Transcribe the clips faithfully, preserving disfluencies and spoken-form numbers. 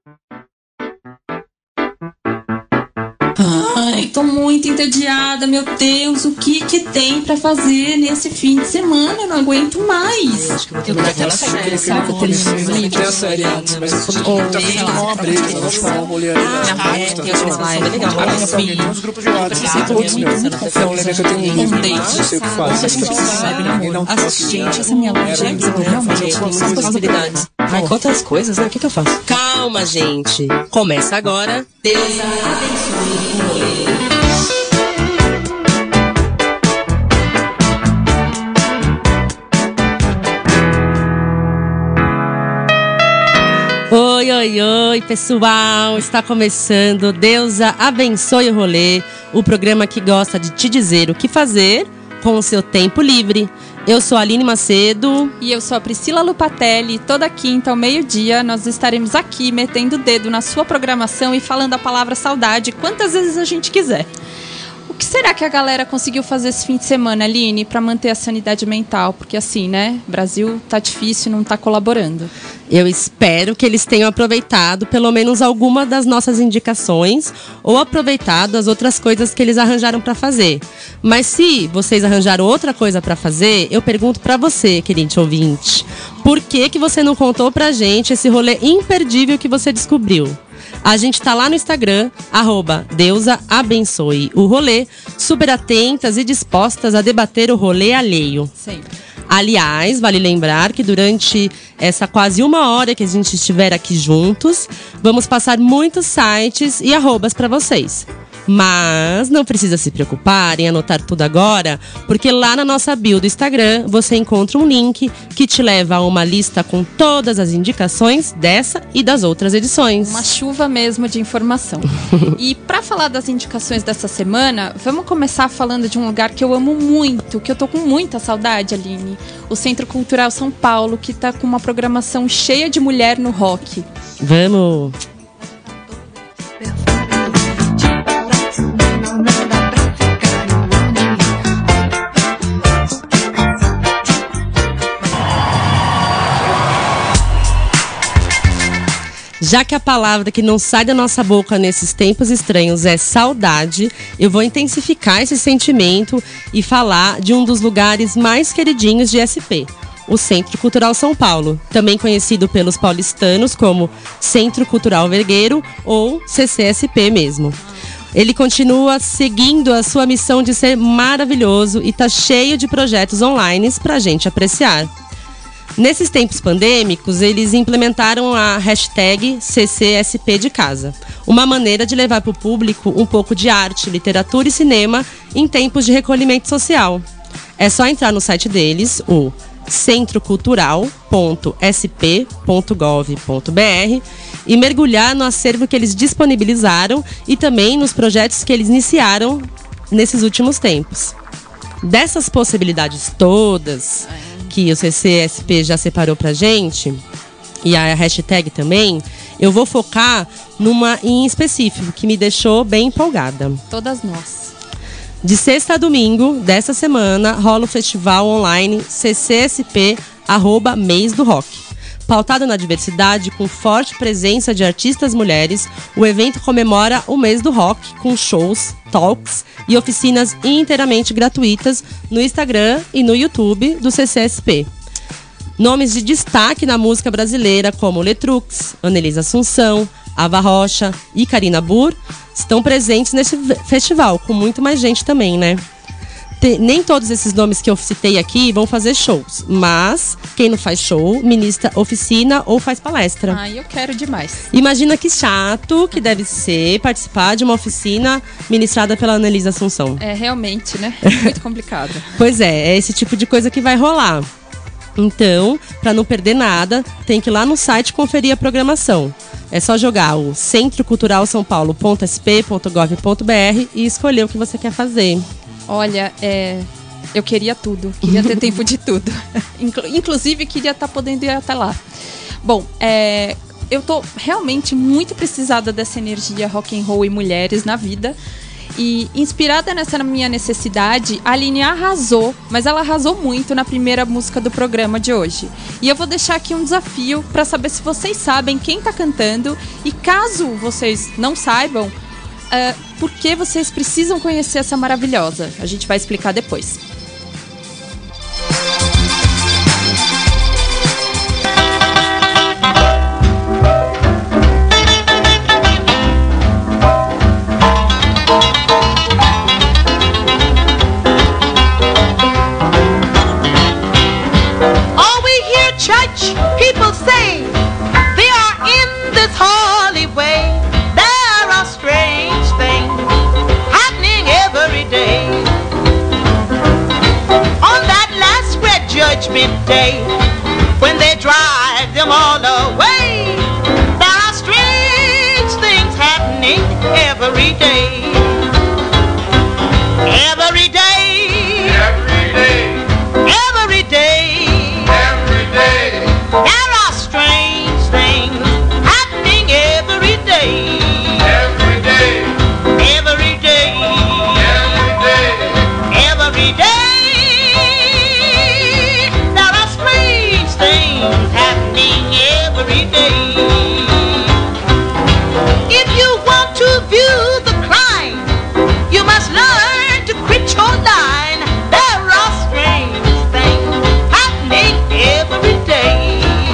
Ai, tô muito entediada, meu Deus, o que que tem pra fazer nesse fim de semana? Eu não aguento mais. Eu acho que eu vou terminar aquela série, sabe? Eu terminei a série antes, mas eu só não tomar uma breja, vou chamar uma mulher. Ah, tem as lives, é legal. Tem uns grupos de WhatsApp, todos, meu. Então, lembra que eu tenho um livro, não sei o que faz. Gente, essa minha loja realmente tem muitas possibilidades. Ai, quantas coisas, né? O que que eu faço? Calma, gente. Começa agora. Deus abençoe o rolê. Oi, oi, oi, pessoal! Está começando Deusa Abençoe o Rolê, o programa que gosta de te dizer o que fazer com o seu tempo livre. Eu sou a Aline Macedo. E eu sou a Priscila Lupatelli. E toda quinta ao meio-dia nós estaremos aqui metendo o dedo na sua programação e falando a palavra saudade quantas vezes a gente quiser. O que será que a galera conseguiu fazer esse fim de semana, Aline, para manter a sanidade mental? Porque assim, né? Brasil tá difícil, não tá colaborando. Eu espero que eles tenham aproveitado pelo menos alguma das nossas indicações ou aproveitado as outras coisas que eles arranjaram para fazer. Mas se vocês arranjaram outra coisa para fazer, eu pergunto para você, querido ouvinte, por que que você não contou pra gente esse rolê imperdível que você descobriu? A gente tá lá no Instagram, arroba Deusa Abençoe o Rolê, super atentas e dispostas a debater o rolê alheio. Sempre. Aliás, vale lembrar que durante essa quase uma hora que a gente estiver aqui juntos, vamos passar muitos sites e arrobas para vocês. Mas não precisa se preocupar em anotar tudo agora, porque lá na nossa bio do Instagram você encontra um link que te leva a uma lista com todas as indicações dessa e das outras edições. Uma chuva mesmo de informação. E para falar das indicações dessa semana, vamos começar falando de um lugar que eu amo muito, que eu tô com muita saudade, Aline. O Centro Cultural São Paulo, que tá com uma programação cheia de mulher no rock. Vamos! Já que a palavra que não sai da nossa boca nesses tempos estranhos é saudade, eu vou intensificar esse sentimento e falar de um dos lugares mais queridinhos de S P, o Centro Cultural São Paulo, também conhecido pelos paulistanos como Centro Cultural Vergueiro ou C C S P mesmo. Ele continua seguindo a sua missão de ser maravilhoso e está cheio de projetos online para a gente apreciar. Nesses tempos pandêmicos, eles implementaram a hashtag C C S P de casa, uma maneira de levar para o público um pouco de arte, literatura e cinema em tempos de recolhimento social. É só entrar no site deles, o centro cultural ponto s p ponto gov ponto b r, e mergulhar no acervo que eles disponibilizaram e também nos projetos que eles iniciaram nesses últimos tempos. Dessas possibilidades todas que o C C S P já separou pra gente, e a hashtag também, eu vou focar numa em específico, que me deixou bem empolgada. Todas nós. De sexta a domingo dessa semana, rola o festival online C C S P arroba Mês do Rock. Pautado na diversidade, com forte presença de artistas mulheres, o evento comemora o mês do rock, com shows, talks e oficinas inteiramente gratuitas no Instagram e no YouTube do C C S P. Nomes de destaque na música brasileira, como Letrux, Anelisa Assunção, Ava Rocha e Karina Burr, estão presentes nesse festival, com muito mais gente também, né? Nem todos esses nomes que eu citei aqui vão fazer shows, mas quem não faz show, ministra oficina ou faz palestra. Ai, eu quero demais. Imagina que chato que deve ser participar de uma oficina ministrada pela Anelisa Assunção. É, realmente, né? Muito complicado. Pois é, é esse tipo de coisa que vai rolar. Então, para não perder nada, tem que ir lá no site conferir a programação. É só jogar o centro cultural são paulo ponto s p ponto gov ponto b r e escolher o que você quer fazer. Olha, é, eu queria tudo, queria ter tempo de tudo. Inclusive, queria estar podendo ir até lá. Bom, é, eu tô realmente muito precisada dessa energia rock and roll e mulheres na vida. E inspirada nessa minha necessidade, a Aline arrasou, mas ela arrasou muito na primeira música do programa de hoje. E eu vou deixar aqui um desafio para saber se vocês sabem quem tá cantando. E caso vocês não saibam, uh, por que vocês precisam conhecer essa maravilhosa. A gente vai explicar depois. People say they are in this holy way. There are strange things happening every day. On that last great judgment day, when they drive them all away, there are strange things happening every day. Every day. Every day. Every day. There are strange things happening every day. Every day. Every day. Every day. Every day. There are strange things happening every day. If you want to view the crime, you must learn to quit your line. There are strange things happening every day.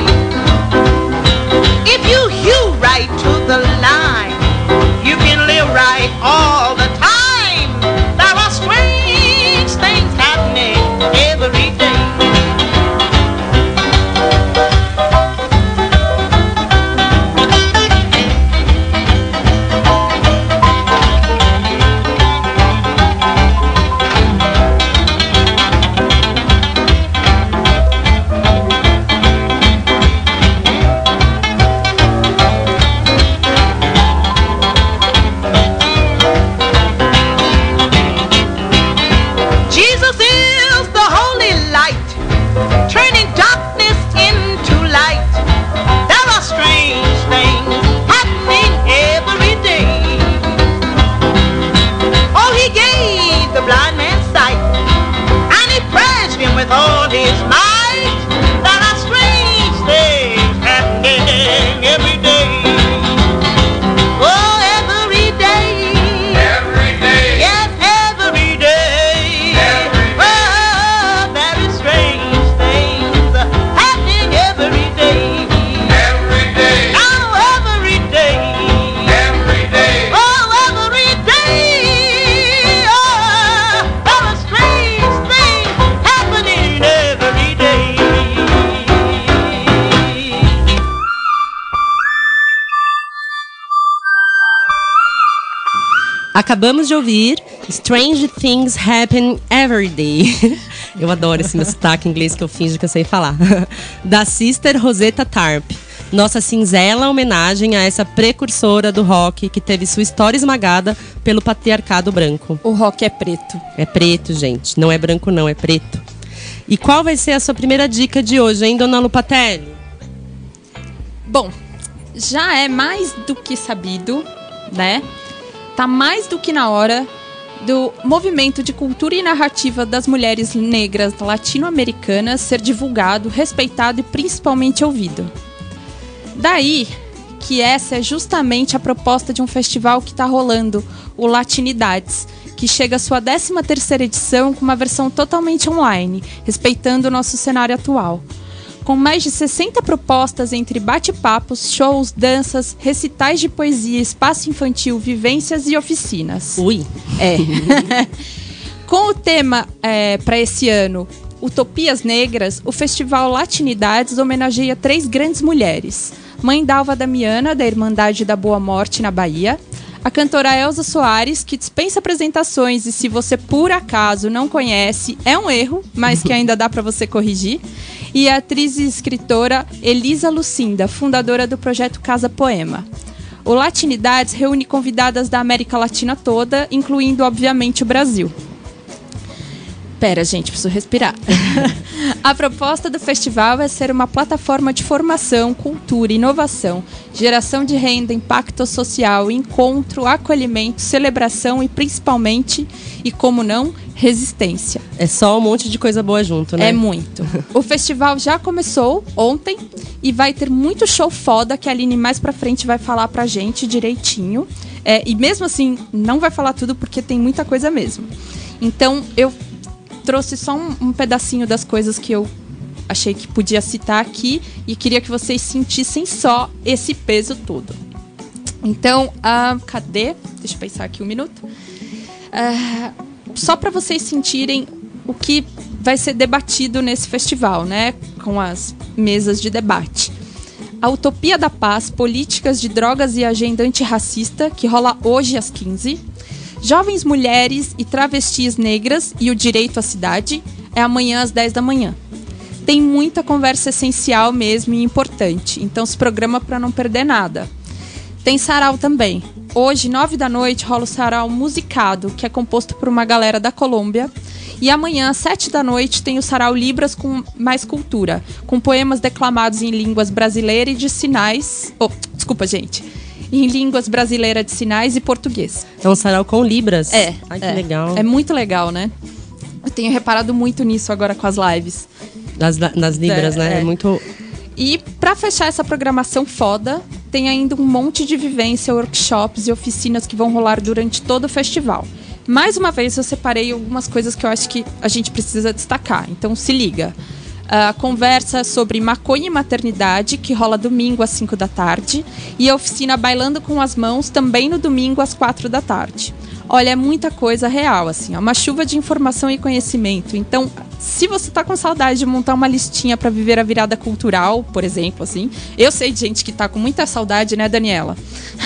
If you hew right to the line, you can live right all the time. There are strange things happening every day. With all his might, there are strange things happening every day. Oh, every day. Every day. Yes, every day. Every day. Oh, there is strange things happening every day. Every day. Oh, every day. Every day. Oh, every day. Oh, there are strange things happening every day. Acabamos de ouvir Strange Things Happen Every Day. Eu adoro esse meu sotaque inglês que eu finjo que eu sei falar. Da Sister Rosetta Tharpe. Nossa singela homenagem a essa precursora do rock que teve sua história esmagada pelo patriarcado branco. O rock é preto. É preto, gente. Não é branco, não. É preto. E qual vai ser a sua primeira dica de hoje, hein, dona Lupatelli? Bom, já é mais do que sabido, né? Tá mais do que na hora do movimento de cultura e narrativa das mulheres negras latino-americanas ser divulgado, respeitado e principalmente ouvido. Daí que essa é justamente a proposta de um festival que está rolando, o Latinidades, que chega à sua décima terceira edição com uma versão totalmente online, respeitando o nosso cenário atual. Com mais de sessenta propostas entre bate-papos, shows, danças, recitais de poesia, espaço infantil, vivências e oficinas. Ui! É. Com o tema é, para esse ano, Utopias Negras, o Festival Latinidades homenageia três grandes mulheres. Mãe Dalva Damiana, da Irmandade da Boa Morte, na Bahia. A cantora Elza Soares, que dispensa apresentações e se você por acaso não conhece, é um erro, mas que ainda dá para você corrigir. E a atriz e escritora Elisa Lucinda, fundadora do projeto Casa Poema. O Latinidades reúne convidadas da América Latina toda, incluindo, obviamente, o Brasil. Pera, gente, preciso respirar. A proposta do festival é ser uma plataforma de formação, cultura, inovação, geração de renda, impacto social, encontro, acolhimento, celebração e, principalmente, e como não, resistência. É só um monte de coisa boa junto, né? É muito. O festival já começou ontem e vai ter muito show foda que a Aline mais pra frente vai falar pra gente direitinho. É, e mesmo assim, não vai falar tudo porque tem muita coisa mesmo. Então, eu trouxe só um, um pedacinho das coisas que eu achei que podia citar aqui e queria que vocês sentissem só esse peso todo. Então, ah, cadê? Deixa eu pensar aqui um minuto. Ah, só para vocês sentirem o que vai ser debatido nesse festival, né? Com as mesas de debate. A Utopia da Paz, Políticas de Drogas e Agenda Antirracista, que rola hoje às quinze. Jovens Mulheres e Travestis Negras e o Direito à Cidade, é amanhã às dez da manhã. Tem muita conversa essencial mesmo e importante, então se programa para não perder nada. Tem sarau também. Hoje, nove da noite, rola o sarau Musicado, que é composto por uma galera da Colômbia. E amanhã, às sete da noite, tem o sarau Libras com mais cultura, com poemas declamados em línguas brasileiras e de sinais... Oh, desculpa, gente. Em línguas brasileiras de sinais e português. É um sarau com Libras? É. Ai, que é. legal. É muito legal, né? Eu tenho reparado muito nisso agora com as lives. Nas, nas Libras, é, né? É. é muito... E pra fechar essa programação foda, tem ainda um monte de vivência, workshops e oficinas que vão rolar durante todo o festival. Mais uma vez, eu separei algumas coisas que eu acho que a gente precisa destacar. Então, se liga. A conversa sobre maconha e maternidade, que rola domingo às cinco da tarde. E a oficina Bailando com as Mãos, também no domingo às quatro da tarde. Olha, é muita coisa real, assim. É uma chuva de informação e conhecimento. Então, se você tá com saudade de montar uma listinha para viver a virada cultural, por exemplo, assim... Eu sei de gente que tá com muita saudade, né, Daniela?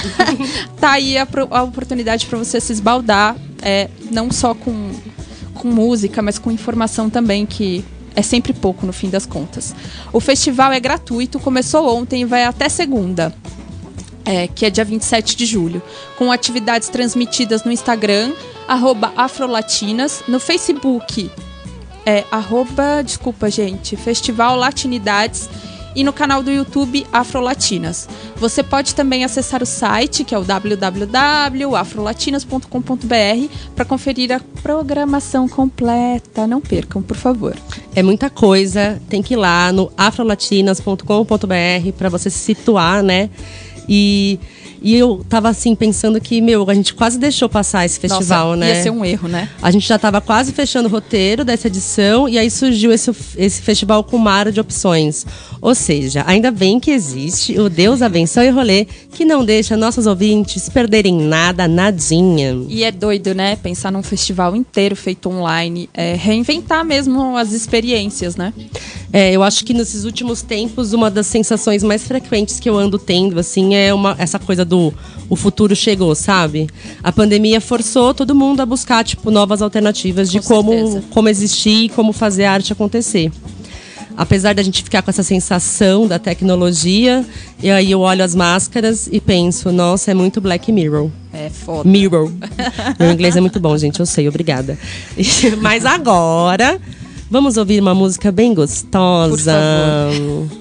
Tá aí a, a oportunidade para você se esbaldar, é, não só com, com música, mas com informação também, que é sempre pouco, no fim das contas. O festival é gratuito, começou ontem e vai até segunda. É, que é dia vinte e sete de julho, com atividades transmitidas no Instagram, arroba Afrolatinas, no Facebook, é, arroba, desculpa gente, Festival Latinidades, e no canal do YouTube Afrolatinas. Você pode também acessar o site, que é o w w w ponto afrolatinas ponto com ponto b r, para conferir a programação completa. Não percam, por favor. É muita coisa, tem que ir lá no afrolatinas ponto com ponto b r para você se situar, né? E, e eu tava assim, pensando que, meu, a gente quase deixou passar esse festival, Nossa, né? ia ser um erro, né? A gente já tava quase fechando o roteiro dessa edição e aí surgiu esse, esse festival com mar de opções. Ou seja, ainda bem que existe o Deus, Abençoe e Rolê, que não deixa nossos ouvintes perderem nada, nadinha. E é doido, né? Pensar num festival inteiro feito online, é reinventar mesmo as experiências, né? É, eu acho que nesses últimos tempos, uma das sensações mais frequentes que eu ando tendo, assim, é uma, essa coisa do o futuro chegou, sabe? A pandemia forçou todo mundo a buscar, tipo, novas alternativas de como, como existir e como fazer a arte acontecer. Apesar da gente ficar com essa sensação da tecnologia, e aí eu olho as máscaras e penso, nossa, é muito Black Mirror. É foda. Mirror. Meu inglês é muito bom, gente, eu sei, obrigada. Mas agora, vamos ouvir uma música bem gostosa. Por favor.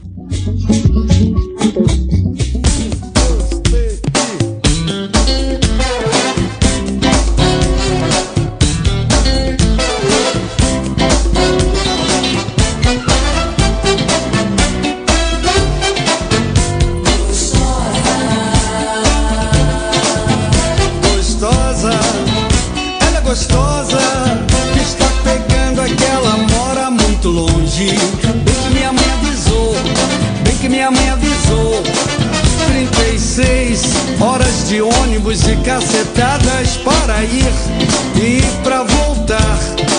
Gostosa, que está pegando aquela mora muito longe. Bem que minha mãe avisou, bem que minha mãe avisou. trinta e seis horas de ônibus e cacetadas para ir e pra voltar.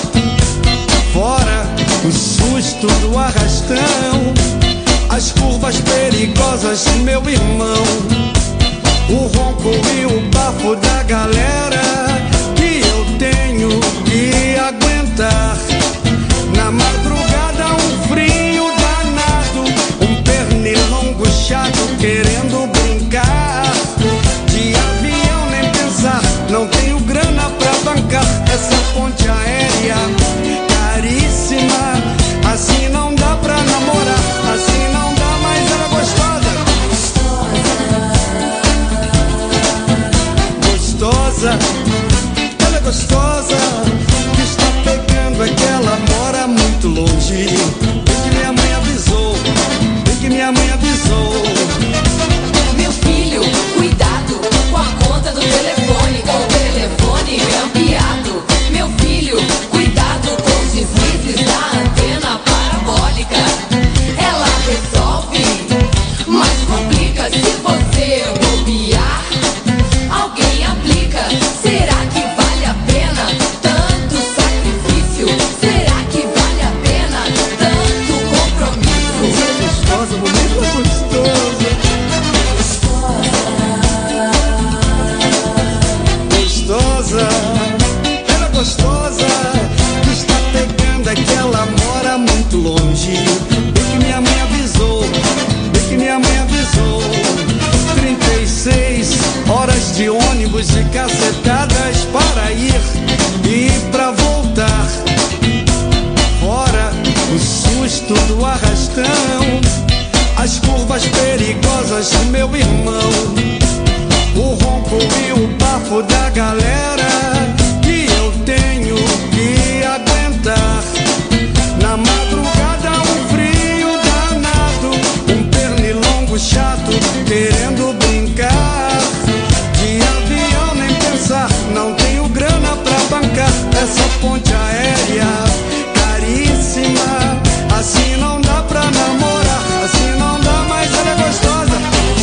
Fora o susto do arrastão, as curvas perigosas, meu irmão. O ronco e o bafo da galera tenho que aguentar. Na madrugada um frio danado, um pernilongo chato querendo brincar. De avião nem pensar, não tenho grana pra bancar essa ponte aérea gostosa, ela é gostosa, que está pegando é que ela mora muito longe. Bem que minha mãe avisou, bem que minha mãe avisou. Meu filho, cuidado com a conta do telefone, com o telefone grampeado. Meu filho, cuidado com os deslizes da antena parabólica. Ela resolve, mas complica se você bobear. Alguém aplica, será que vale a pena tanto sacrifício? Será que vale a pena tanto compromisso? Você é gostosa, bonita, gostosa. Gostosa, ela é gostosa, que está pegando é que ela mora muito longe. Bem que minha mãe avisou, bem que minha mãe avisou. Trinta e seis horas de ônibus e cacetadas para ir e pra voltar. Fora o susto do arrastão, as curvas perigosas do meu irmão, o ronco e o bafo da galera que eu tenho que aguentar. Na madrugada um frio danado, um pernilongo chato querendo brincar. De avião nem pensar, não tenho grana pra bancar essa ponte aérea caríssima. Assim não dá pra namorar, assim não dá, mas ela é gostosa.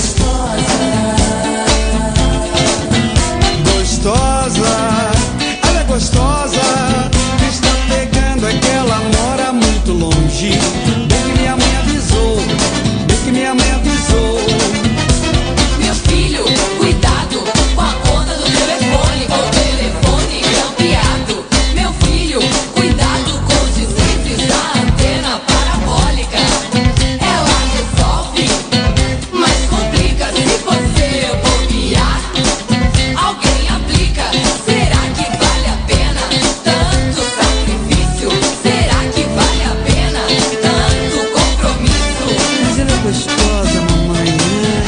Gostosa, ela é gostosa, que está pegando é que ela mora muito longe. Bem que minha mãe avisou, bem que minha mãe avisou. Meu filho, cuidado com a conta do telefone, com o telefone grampeado. Meu filho, cuidado com os deslizes da antena parabólica. Ela resolve, mas complica se você bobear. Alguém aplica, será que vale a pena tanto sacrifício? Será que vale a pena tanto compromisso? Mas ela é gostosa, mamãe, né?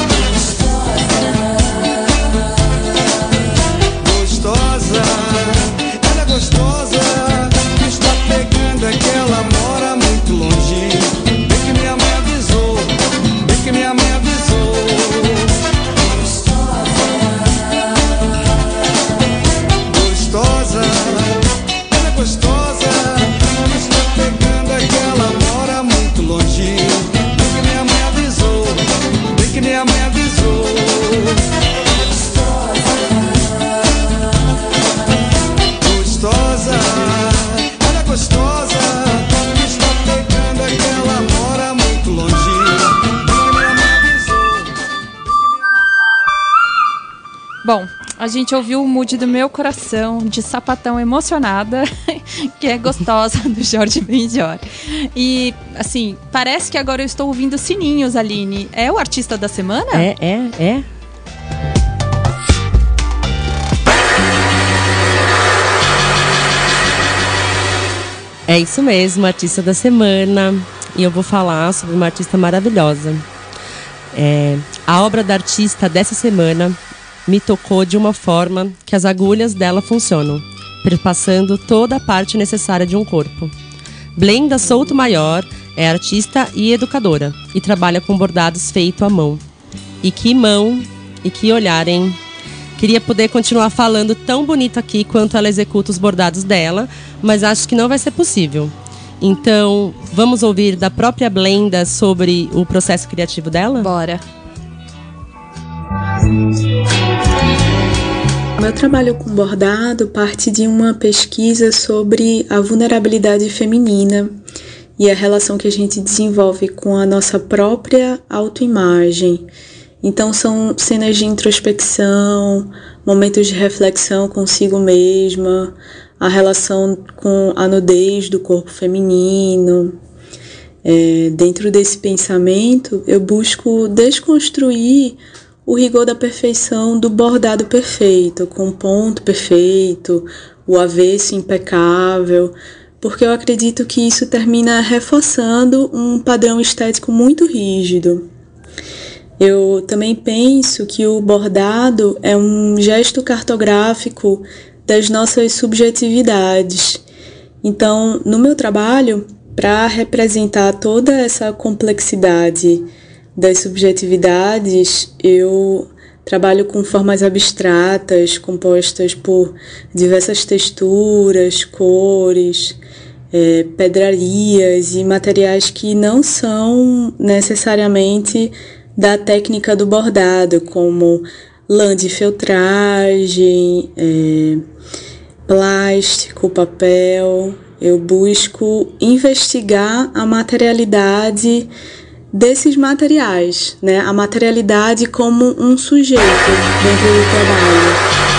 Gostosa, ela é gostosa, que está pegando é que ela mora muito longe. Bem que minha mãe avisou, bem que minha mãe avisou. Gostosa, ela é gostosa, que está pegando é que ela mora muito longe. Bem que minha mãe avisou, bem que minha mãe avisou. Gostosa, ela é gostosa, que está pegando é que ela mora muito longe. Bem que minha mãe avisou. Bom, a gente ouviu o Mood do Meu Coração, de Sapatão Emocionada, que é gostosa, do Jorge Benjor. E, assim, parece que agora eu estou ouvindo Sininhos, Aline. É o artista da semana? É, é, é. É isso mesmo, artista da semana. E eu vou falar sobre uma artista maravilhosa. É, a obra da artista dessa semana me tocou de uma forma que as agulhas dela funcionam, perpassando toda a parte necessária de um corpo. Blenda Souto Maior é artista e educadora e trabalha com bordados feitos à mão. E que mão e que olhar, hein? Queria poder continuar falando tão bonito aqui quanto ela executa os bordados dela, mas acho que não vai ser possível. Então, vamos ouvir da própria Blenda sobre o processo criativo dela? Bora. Meu trabalho com bordado parte de uma pesquisa sobre a vulnerabilidade feminina e a relação que a gente desenvolve com a nossa própria autoimagem. Então são cenas de introspecção, momentos de reflexão consigo mesma, a relação com a nudez do corpo feminino. É, dentro desse pensamento, eu busco desconstruir o rigor da perfeição do bordado perfeito, com o ponto perfeito, o avesso impecável, porque eu acredito que isso termina reforçando um padrão estético muito rígido. Eu também penso que o bordado é um gesto cartográfico das nossas subjetividades. Então, no meu trabalho, para representar toda essa complexidade das subjetividades, eu trabalho com formas abstratas, compostas por diversas texturas, cores, é, pedrarias e materiais que não são necessariamente da técnica do bordado, como lã de feltragem, é, plástico, papel. Eu busco investigar a materialidade desses materiais, né? A materialidade como um sujeito dentro do trabalho.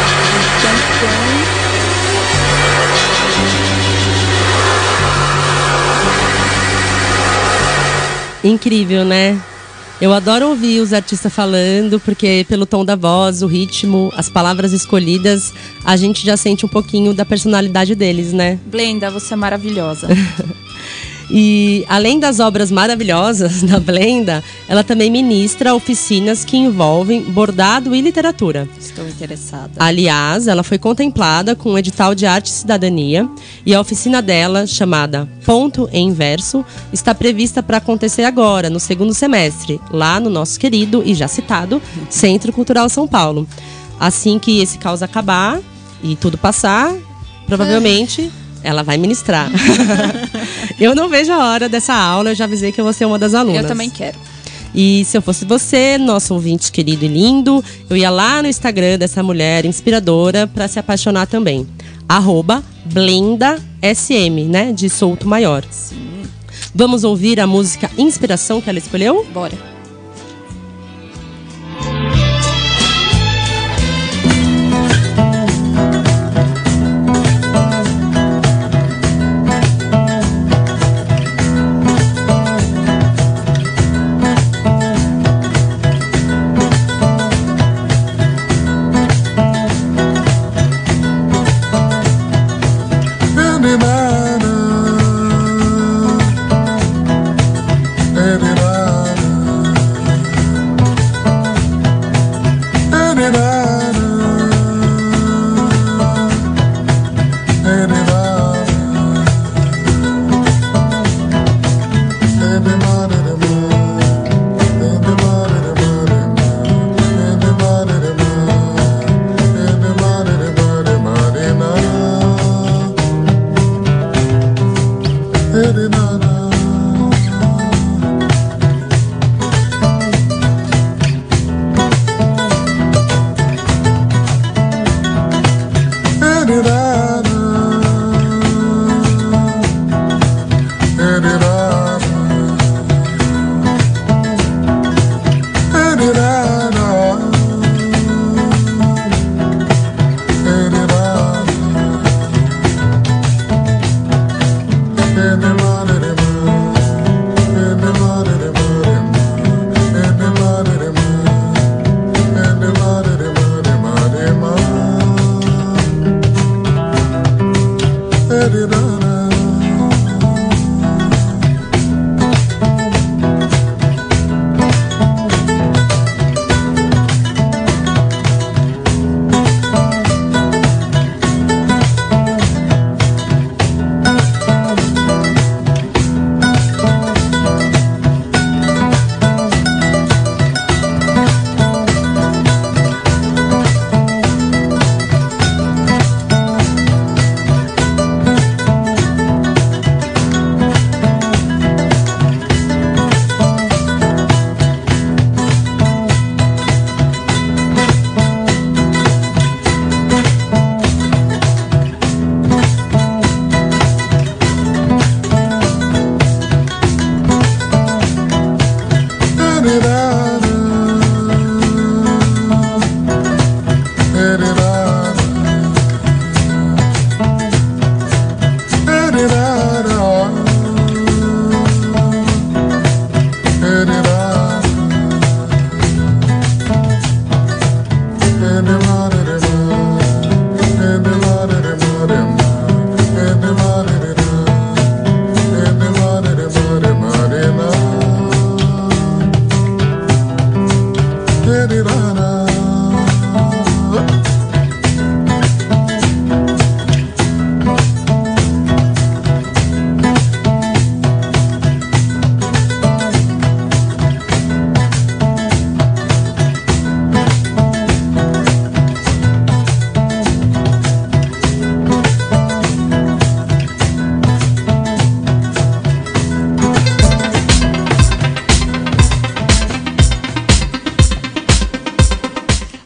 Incrível, né? Eu adoro ouvir os artistas falando, porque pelo tom da voz, o ritmo, as palavras escolhidas, a gente já sente um pouquinho da personalidade deles, né? Blenda, você é maravilhosa. E além das obras maravilhosas da Blenda, ela também ministra oficinas que envolvem bordado e literatura. Estou interessada. Aliás, ela foi contemplada com um edital de arte e cidadania e a oficina dela, chamada Ponto em Verso, está prevista para acontecer agora, no segundo semestre, lá no nosso querido e já citado Centro Cultural São Paulo. Assim que esse caos acabar e tudo passar, provavelmente... ela vai ministrar. Eu não vejo a hora dessa aula, eu já avisei que eu vou ser uma das alunas. Eu também quero. E se eu fosse você, nosso ouvinte querido e lindo, eu ia lá no Instagram dessa mulher inspiradora para se apaixonar também. Arroba Blenda S M, né? De Souto Maior. Sim. Vamos ouvir a música Inspiração que ela escolheu? Bora. Anybody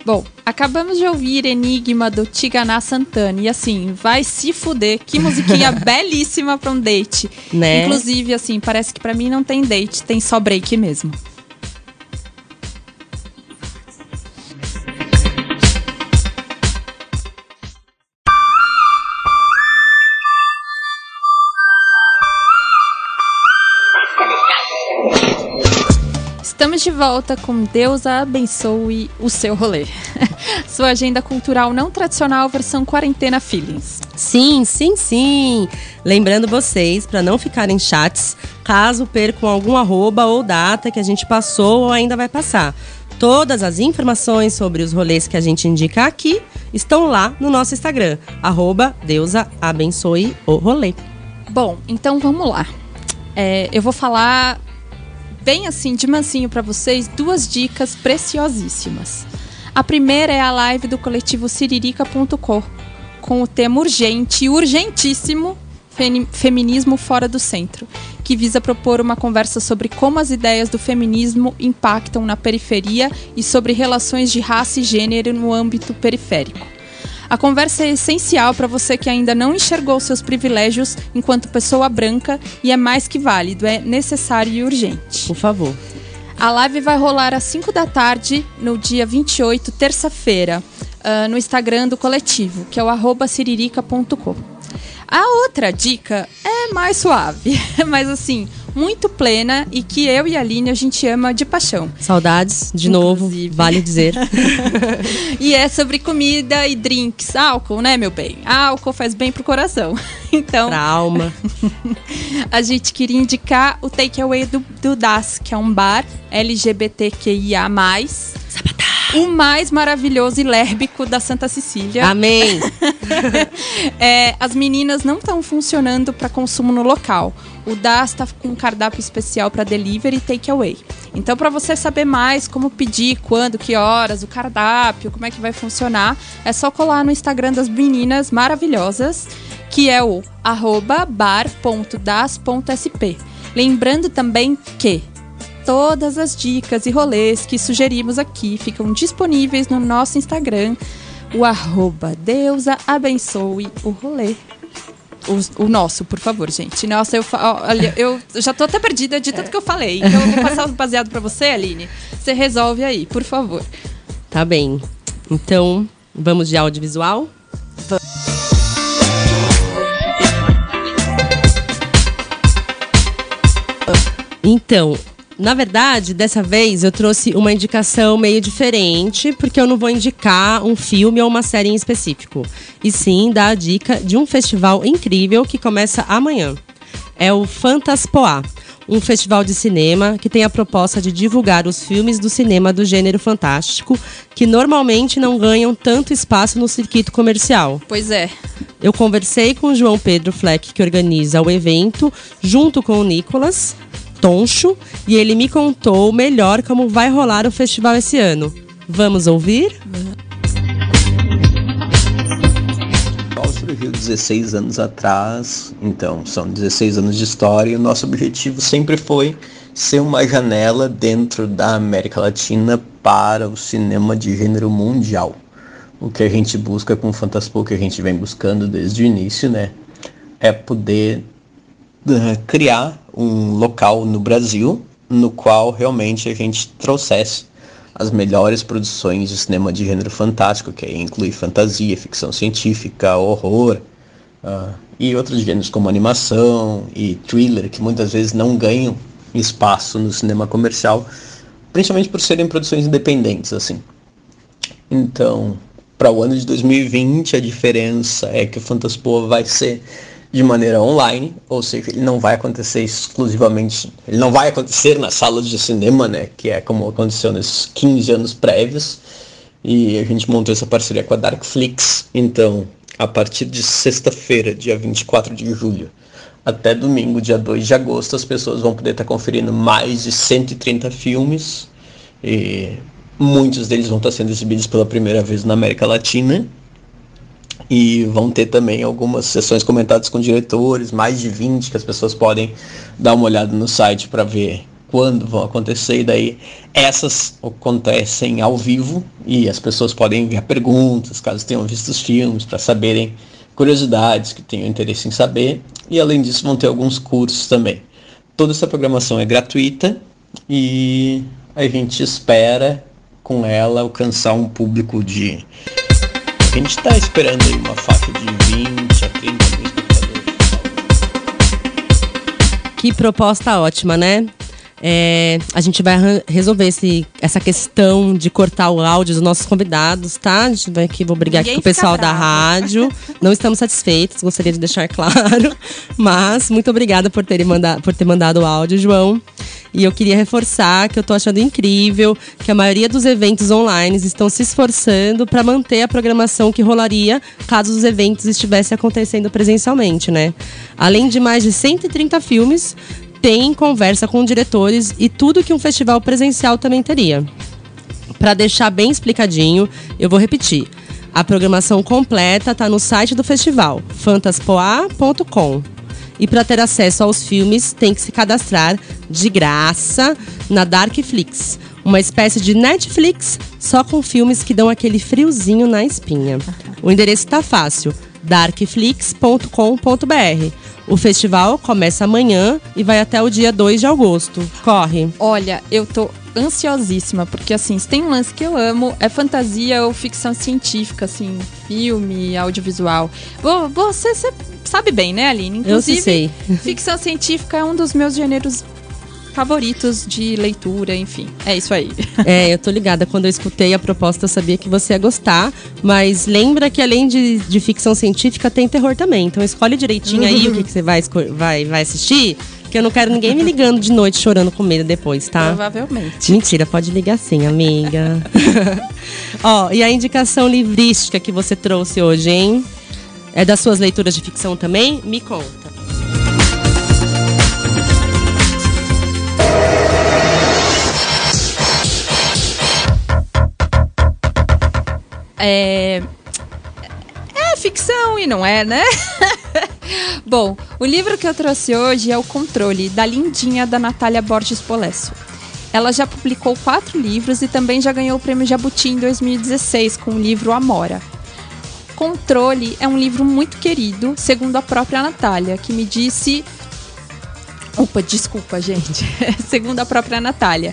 Bom, acabamos de ouvir Enigma do Tigana Santana. E assim, vai se fuder. Que musiquinha belíssima pra um date. Né? Inclusive, assim, parece que pra mim não tem date, tem só break mesmo. Estamos de volta com Deus abençoe o seu rolê. Sua agenda cultural não tradicional versão quarentena feelings. Sim, sim, sim. Lembrando vocês, para não ficarem chatos, caso percam algum arroba ou data que a gente passou ou ainda vai passar. Todas as informações sobre os rolês que a gente indica aqui estão lá no nosso Instagram, arroba Deus abençoe o rolê. Bom, então vamos lá. É, eu vou falar bem assim, de mansinho para vocês, duas dicas preciosíssimas. A primeira é a live do coletivo Siririca ponto com, com o tema urgente, urgentíssimo, Feminismo Fora do Centro, que visa propor uma conversa sobre como as ideias do feminismo impactam na periferia e sobre relações de raça e gênero no âmbito periférico. A conversa é essencial para você que ainda não enxergou seus privilégios enquanto pessoa branca e é mais que válido, é necessário e urgente. Por favor. A live vai rolar às cinco da tarde, no dia vinte e oito, terça-feira, uh, no Instagram do coletivo, que é o arroba siririca ponto com. A outra dica é mais suave, mas assim, muito plena e que eu e a Aline a gente ama de paixão. Saudades, de Inclusive. novo, vale dizer. E é sobre comida e drinks, álcool, né, meu bem? Álcool faz bem pro coração. Então, pra alma. A gente queria indicar o Takeaway do, do D A S, que é um bar L G B T Q I A mais, o mais maravilhoso e lérbico da Santa Cecília. Amém! É, as meninas não estão funcionando para consumo no local. O D A S está com um cardápio especial para delivery e takeaway. Então, para você saber mais como pedir, quando, que horas, o cardápio, como é que vai funcionar, é só colar no Instagram das meninas maravilhosas, que é o arroba bar ponto das ponto s p. Lembrando também que todas as dicas e rolês que sugerimos aqui ficam disponíveis no nosso Instagram, o arroba Deusa abençoe o rolê. O, o nosso, por favor, gente. Nossa, eu, olha, eu já tô até perdida de tanto que eu falei. Então eu vou passar o baseado pra você, Aline. Você resolve aí, por favor. Tá bem. Então, vamos de audiovisual? Vamos. Então, na verdade, dessa vez eu trouxe uma indicação meio diferente, porque eu não vou indicar um filme ou uma série em específico, e sim dar a dica de um festival incrível que começa amanhã. É o Fantaspoa, um festival de cinema que tem a proposta de divulgar os filmes do cinema do gênero fantástico, que normalmente não ganham tanto espaço no circuito comercial. Pois é. Eu conversei com o João Pedro Fleck, que organiza o evento, junto com o Nicolas Toncho, e ele me contou melhor como vai rolar o festival esse ano. Vamos ouvir? Surgiu dezesseis anos atrás, então são dezesseis anos de história, e o nosso objetivo sempre foi ser uma janela dentro da América Latina para o cinema de gênero mundial. O que a gente busca com o Fantaspoa, que a gente vem buscando desde o início, né, é poder uh, criar um local no Brasil no qual realmente a gente trouxesse as melhores produções de cinema de gênero fantástico, que aí inclui fantasia, ficção científica, horror uh, e outros gêneros como animação e thriller, que muitas vezes não ganham espaço no cinema comercial, principalmente por serem produções independentes, assim. Então, para o ano de dois mil e vinte, a diferença é que o Fantaspoa vai ser de maneira online, ou seja, ele não vai acontecer exclusivamente, ele não vai acontecer nas salas de cinema, né, que é como aconteceu nesses quinze anos prévios, e a gente montou essa parceria com a Darkflix. Então, a partir de sexta-feira, dia vinte e quatro de julho, até domingo, dia dois de agosto, as pessoas vão poder estar conferindo mais de cento e trinta filmes, e muitos deles vão estar sendo exibidos pela primeira vez na América Latina. E vão ter também algumas sessões comentadas com diretores, mais de vinte, que as pessoas podem dar uma olhada no site para ver quando vão acontecer, e daí essas acontecem ao vivo e as pessoas podem enviar perguntas, caso tenham visto os filmes, para saberem curiosidades que tenham interesse em saber, e além disso vão ter alguns cursos também. Toda essa programação é gratuita e a gente espera com ela alcançar um público de... A gente está esperando aí uma faixa de vinte a trinta mil espectadores. Que proposta ótima, né? É, a gente vai resolver esse, essa questão de cortar o áudio dos nossos convidados, tá? A gente vai aqui, vou brigar Ninguém aqui com o pessoal fica da bravo. rádio. Não estamos satisfeitos, gostaria de deixar claro. Mas muito obrigada por, terem manda- por ter mandado o áudio, João. E eu queria reforçar que eu tô achando incrível que a maioria dos eventos online estão se esforçando para manter a programação que rolaria caso os eventos estivessem acontecendo presencialmente, né? Além de mais de cento e trinta filmes, tem conversa com diretores e tudo que um festival presencial também teria. Para deixar bem explicadinho, eu vou repetir. A programação completa está no site do festival, fantaspoa ponto com. E para ter acesso aos filmes, tem que se cadastrar de graça na Darkflix, uma espécie de Netflix só com filmes que dão aquele friozinho na espinha. O endereço está fácil, darkflix ponto com ponto b r. O festival começa amanhã e vai até o dia dois de agosto. Corre! Olha, eu tô ansiosíssima, porque assim, se tem um lance que eu amo, é fantasia ou ficção científica, assim, filme, audiovisual. Vo- Você, você sabe bem, né, Aline? Inclusive, Eu sei. ficção científica é um dos meus gêneros favoritos de leitura, enfim. É isso aí. É, eu tô ligada. Quando eu escutei a proposta, eu sabia que você ia gostar. Mas lembra que além de, de ficção científica, tem terror também. Então escolhe direitinho aí o que, que você vai, esco- vai, vai assistir. Que eu não quero ninguém me ligando de noite chorando com medo depois, tá? Provavelmente. Mentira, pode ligar sim, amiga. Ó, e a indicação livrística que você trouxe hoje, hein? É das suas leituras de ficção também? Me conta. É... é ficção e não é, né? Bom, o livro que eu trouxe hoje é O Controle, da lindinha da Natália Borges Polesso. Ela já publicou quatro livros e também já ganhou o Prêmio Jabuti em dois mil e dezesseis com o livro Amora. Controle é um livro muito querido, segundo a própria Natália, que me disse... Opa, desculpa, gente. Segundo a própria Natália.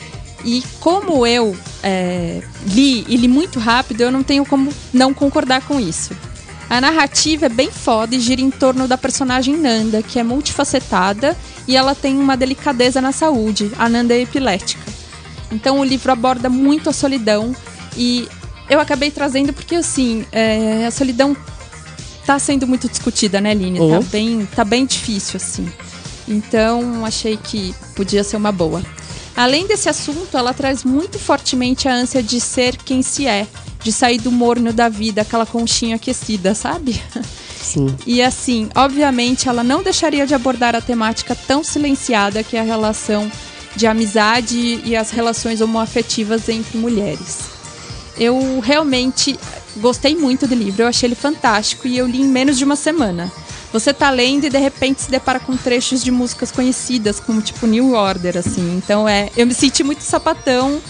E como eu é, li e li muito rápido, eu não tenho como não concordar com isso. A narrativa é bem foda e gira em torno da personagem Nanda, que é multifacetada e ela tem uma delicadeza na saúde. A Nanda é epilética. Então o livro aborda muito a solidão e eu acabei trazendo porque, assim, é, a solidão tá sendo muito discutida, né, Aline? Oh. Tá bem, tá bem difícil, assim. Então achei que podia ser uma boa. Além desse assunto, ela traz muito fortemente a ânsia de ser quem se é, de sair do morno da vida, aquela conchinha aquecida, sabe? Sim. E assim, obviamente, ela não deixaria de abordar a temática tão silenciada que é a relação de amizade e as relações homoafetivas entre mulheres. Eu realmente gostei muito do livro, eu achei ele fantástico e eu li em menos de uma semana. Você tá lendo e de repente se depara com trechos de músicas conhecidas, como tipo New Order, assim. Então é, eu me senti muito sapatão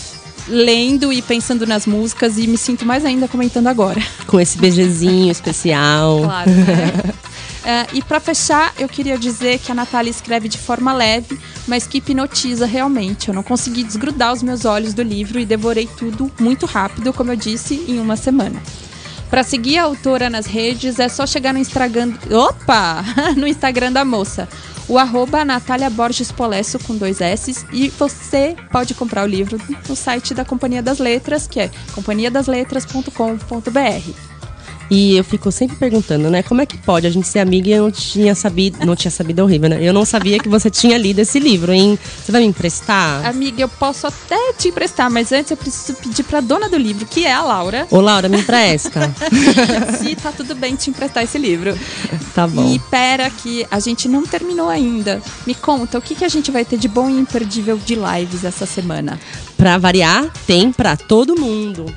lendo e pensando nas músicas e me sinto mais ainda comentando agora. Com esse beijezinho especial. Claro, né? É, e pra fechar, eu queria dizer que a Natália escreve de forma leve, mas que hipnotiza realmente. Eu não consegui desgrudar os meus olhos do livro e devorei tudo muito rápido, como eu disse, em uma semana. Para seguir a autora nas redes, é só chegar no Instagram... Opa! No Instagram da moça. O arroba Natália Borges Polesso, com dois S. E você pode comprar o livro no site da Companhia das Letras, que é companhia das letras ponto com ponto b r. E eu fico sempre perguntando, né? Como é que pode a gente ser amiga e eu não tinha sabido... Não tinha sabido, é horrível, né? Eu não sabia que você tinha lido esse livro, hein? Você vai me emprestar? Amiga, eu posso até te emprestar, mas antes eu preciso pedir pra dona do livro, que é a Laura. Ô, Laura, me empresta. Se tá tudo bem te emprestar esse livro. Tá bom. E pera que a gente não terminou ainda. Me conta, o que, que a gente vai ter de bom e imperdível de lives essa semana? Pra variar, tem pra todo mundo.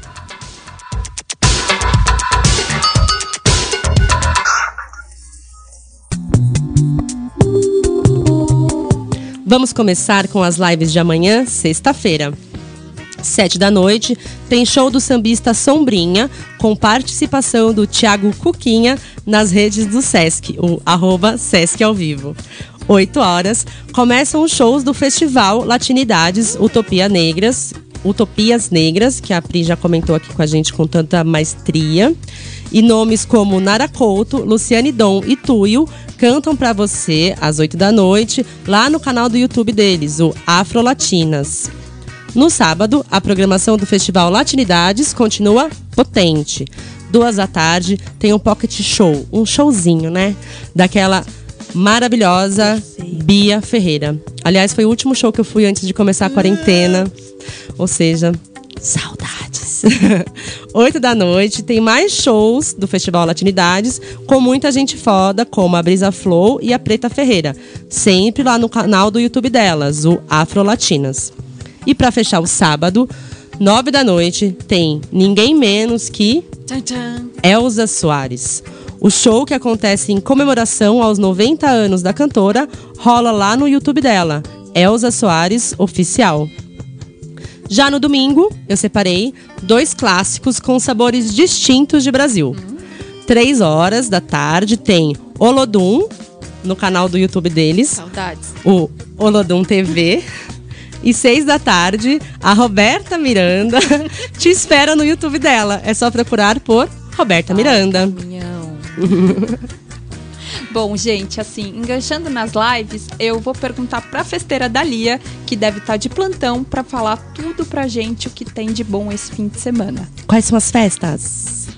Vamos começar com as lives de amanhã, sexta-feira. Sete da noite, tem show do sambista Sombrinha, com participação do Thiago Cuquinha nas redes do Sesc, o arroba Sesc ao vivo. Oito horas, começam os shows do Festival Latinidades Utopia Negras, Utopias Negras, que a Pri já comentou aqui com a gente com tanta maestria. E nomes como Nara Couto, Luciane Dom e Tuyo cantam pra você às oito da noite, lá no canal do YouTube deles, o Afrolatinas. No sábado, a programação do Festival Latinidades continua potente. Duas da tarde, tem um pocket show, um showzinho, né? Daquela maravilhosa Bia Ferreira. Aliás, foi o último show que eu fui antes de começar a quarentena. Ou seja, saudades. Oito da noite, tem mais shows do Festival Latinidades, com muita gente foda, como a Brisa Flow e a Preta Ferreira. Sempre lá no canal do YouTube delas, o Afrolatinas. E para fechar o sábado, nove da noite, tem ninguém menos que Tchan, tchan. Elza Soares. O show, que acontece em comemoração aos noventa anos da cantora, rola lá no YouTube dela, Elza Soares Oficial. Já no domingo, eu separei dois clássicos com sabores distintos de Brasil. Uhum. Três horas da tarde tem Olodum, no canal do YouTube deles. Saudades. O Olodum T V. E seis da tarde, a Roberta Miranda te espera no YouTube dela. É só procurar por Roberta Miranda. Bom, gente, assim, enganchando nas lives, eu vou perguntar pra festeira da Lia, que deve estar de plantão, pra falar tudo pra gente o que tem de bom esse fim de semana. Quais são as festas?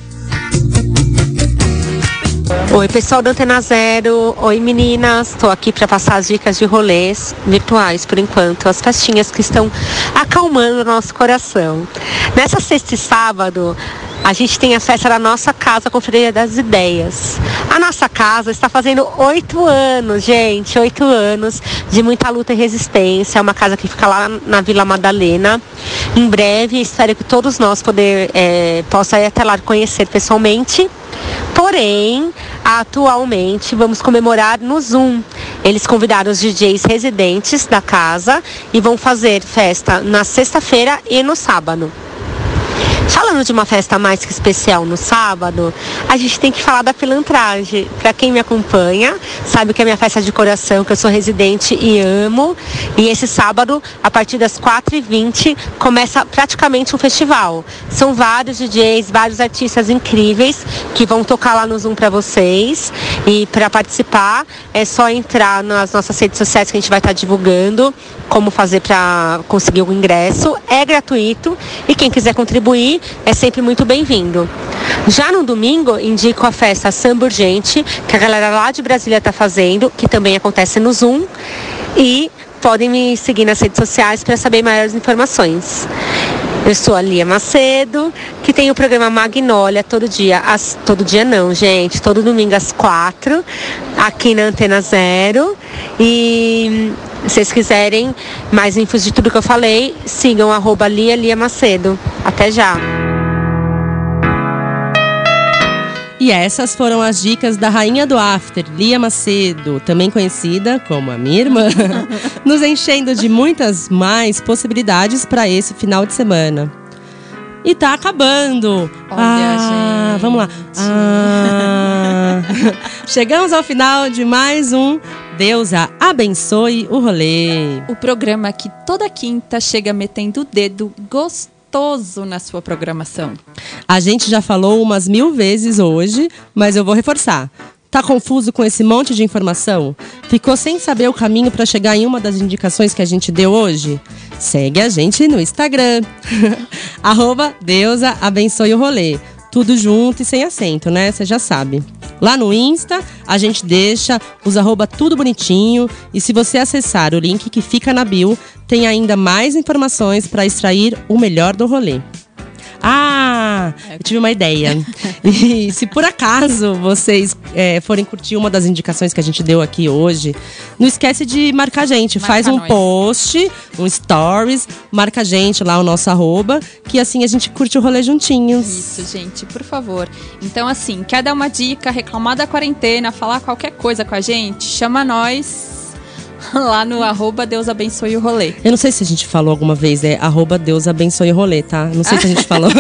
Oi, pessoal do Antena Zero. Oi, meninas. Estou aqui para passar as dicas de rolês virtuais, por enquanto. As festinhas que estão acalmando o nosso coração. Nessa sexta e sábado, a gente tem a festa da nossa casa com Feira das Ideias. A nossa casa está fazendo oito anos, gente. Oito anos de muita luta e resistência. É uma casa que fica lá na Vila Madalena. Em breve, espero que todos nós poder, é, possam ir até lá conhecer pessoalmente. Porém, atualmente, vamos comemorar no Zoom. Eles convidaram os D Js residentes da casa e vão fazer festa na sexta-feira e no sábado. Falando de uma festa mais que especial no sábado, a gente tem que falar da pilantragem. Para quem me acompanha, sabe que é minha festa de coração, que eu sou residente e amo. E esse sábado, a partir das quatro e vinte, começa praticamente um festival. São vários D Js, vários artistas incríveis que vão tocar lá no Zoom para vocês. E para participar, é só entrar nas nossas redes sociais que a gente vai estar divulgando como fazer para conseguir o ingresso. É gratuito e quem quiser contribuir é sempre muito bem-vindo. Já no domingo, indico a festa Samba Urgente, que a galera lá de Brasília está fazendo, que também acontece no Zoom. E podem me seguir nas redes sociais para saber maiores informações. Eu sou a Lia Macedo, que tem o programa Magnólia todo dia, às, todo dia não, gente, todo domingo às quatro, aqui na Antena Zero. E se vocês quiserem mais infos de tudo que eu falei, sigam arroba Lia Lia Macedo. Até já! E essas foram as dicas da rainha do after, Lia Macedo, também conhecida como a minha irmã, nos enchendo de muitas mais possibilidades para esse final de semana. E tá acabando. Olha, ah, gente. Vamos lá. Ah, chegamos ao final de mais um Deus a abençoe o rolê. O programa que toda quinta chega metendo o dedo gostoso na sua programação. A gente já falou umas mil vezes hoje, mas eu vou reforçar. Tá confuso com esse monte de informação? Ficou sem saber o caminho para chegar em uma das indicações que a gente deu hoje? Segue a gente no Instagram. Arroba Deusa abençoe o rolê. Tudo junto e sem acento, né? Você já sabe. Lá no Insta, a gente deixa os arroba tudo bonitinho. E se você acessar o link que fica na bio, tem ainda mais informações para extrair o melhor do rolê. Ah, eu tive uma ideia. E se por acaso vocês é, forem curtir uma das indicações que a gente deu aqui hoje, não esquece de marcar a gente. Marca Faz um nós. post, um stories, marca a gente lá, o nosso arroba, que assim a gente curte o rolê juntinhos. Isso, gente, por favor. Então, assim, quer dar uma dica, reclamar da quarentena, falar qualquer coisa com a gente? Chama nós lá no arroba Deus Abençoe o Rolê. Eu não sei se a gente falou alguma vez, é arroba Deus Abençoe o Rolê, tá? Não sei se a gente falou.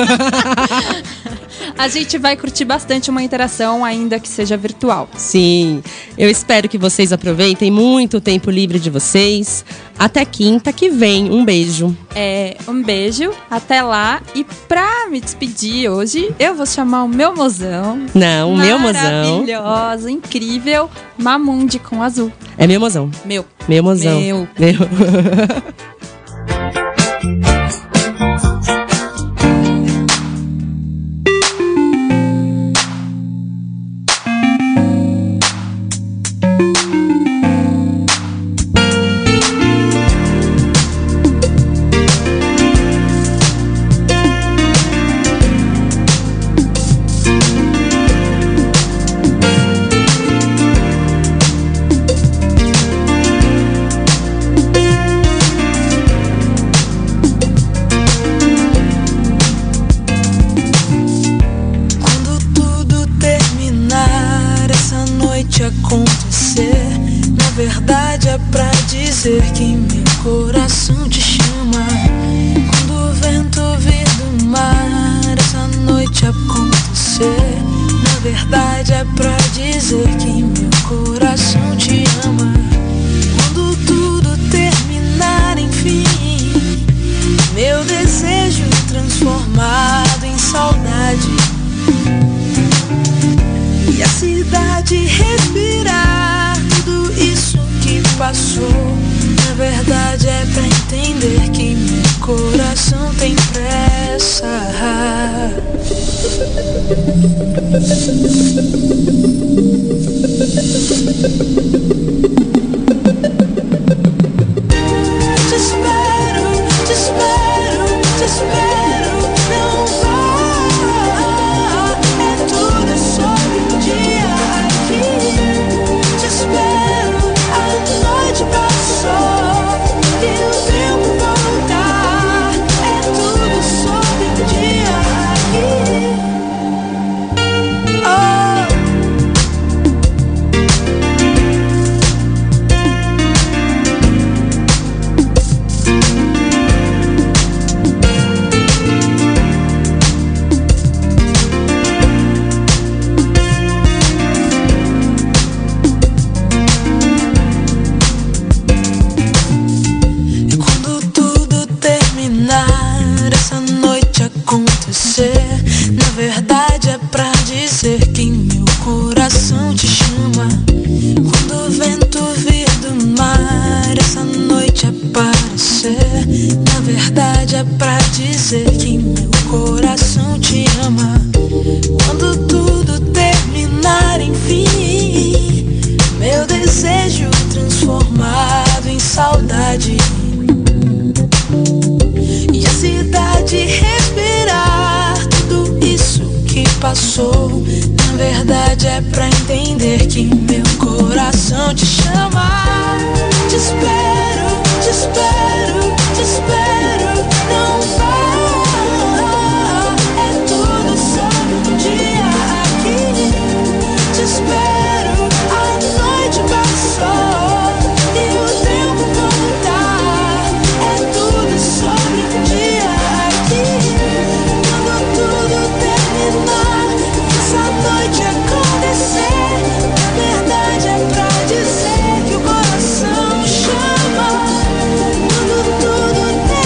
A gente vai curtir bastante uma interação, ainda que seja virtual. Sim, eu espero que vocês aproveitem muito o tempo livre de vocês. Até quinta que vem. Um beijo. É, um beijo, até lá. E pra me despedir hoje, eu vou chamar o meu mozão. Não, o meu mozão. Maravilhosa, incrível, Mamundi com azul. É meu mozão. Meu. Meu mozão. Meu. Meu. Dizer que meu coração te chama. Quando o vento vir do mar, essa noite acontecer. Na verdade é pra dizer que meu coração te ama. Quando tudo terminar, enfim, meu desejo transformado em saudade, e a cidade respirar tudo isso que passou. Na verdade é pra entender que meu coração tem pressa. Te espero, te espero, te espero. Não vá, é tudo sobre um dia aqui. Te espero, a noite passou. Na verdade é pra dizer que meu coração te chama. Quando o vento vir do mar, essa noite aparecer. Na verdade é pra dizer que meu coração te ama. Quando tudo terminar, enfim, meu desejo transformado em saudade, e a cidade respirar tudo isso que passou. Na verdade é pra entender que meu coração te chama. Te espero, te espero, te espero. Não vá, é tudo sobre um dia aqui. Te espero, a noite passou e o tempo voltar. É tudo sobre um dia aqui. Quando tudo terminar, essa noite acontecer. Na verdade é pra dizer que o coração chama. Quando tudo terminar,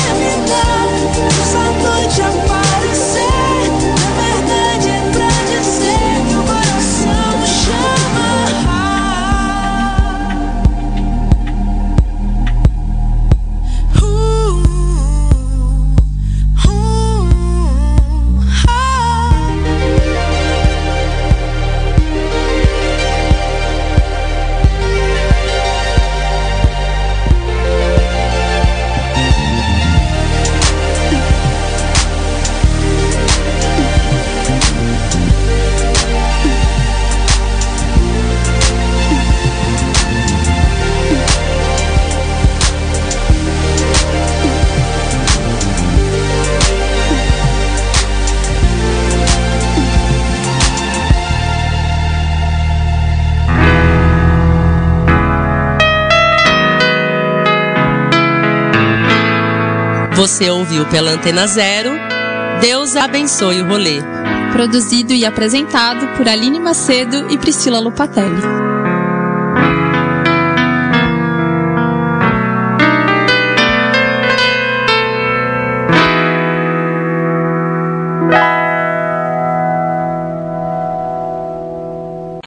Você ouviu pela Antena Zero, Deus abençoe o rolê. Produzido e apresentado por Aline Macedo e Priscila Lupatelli.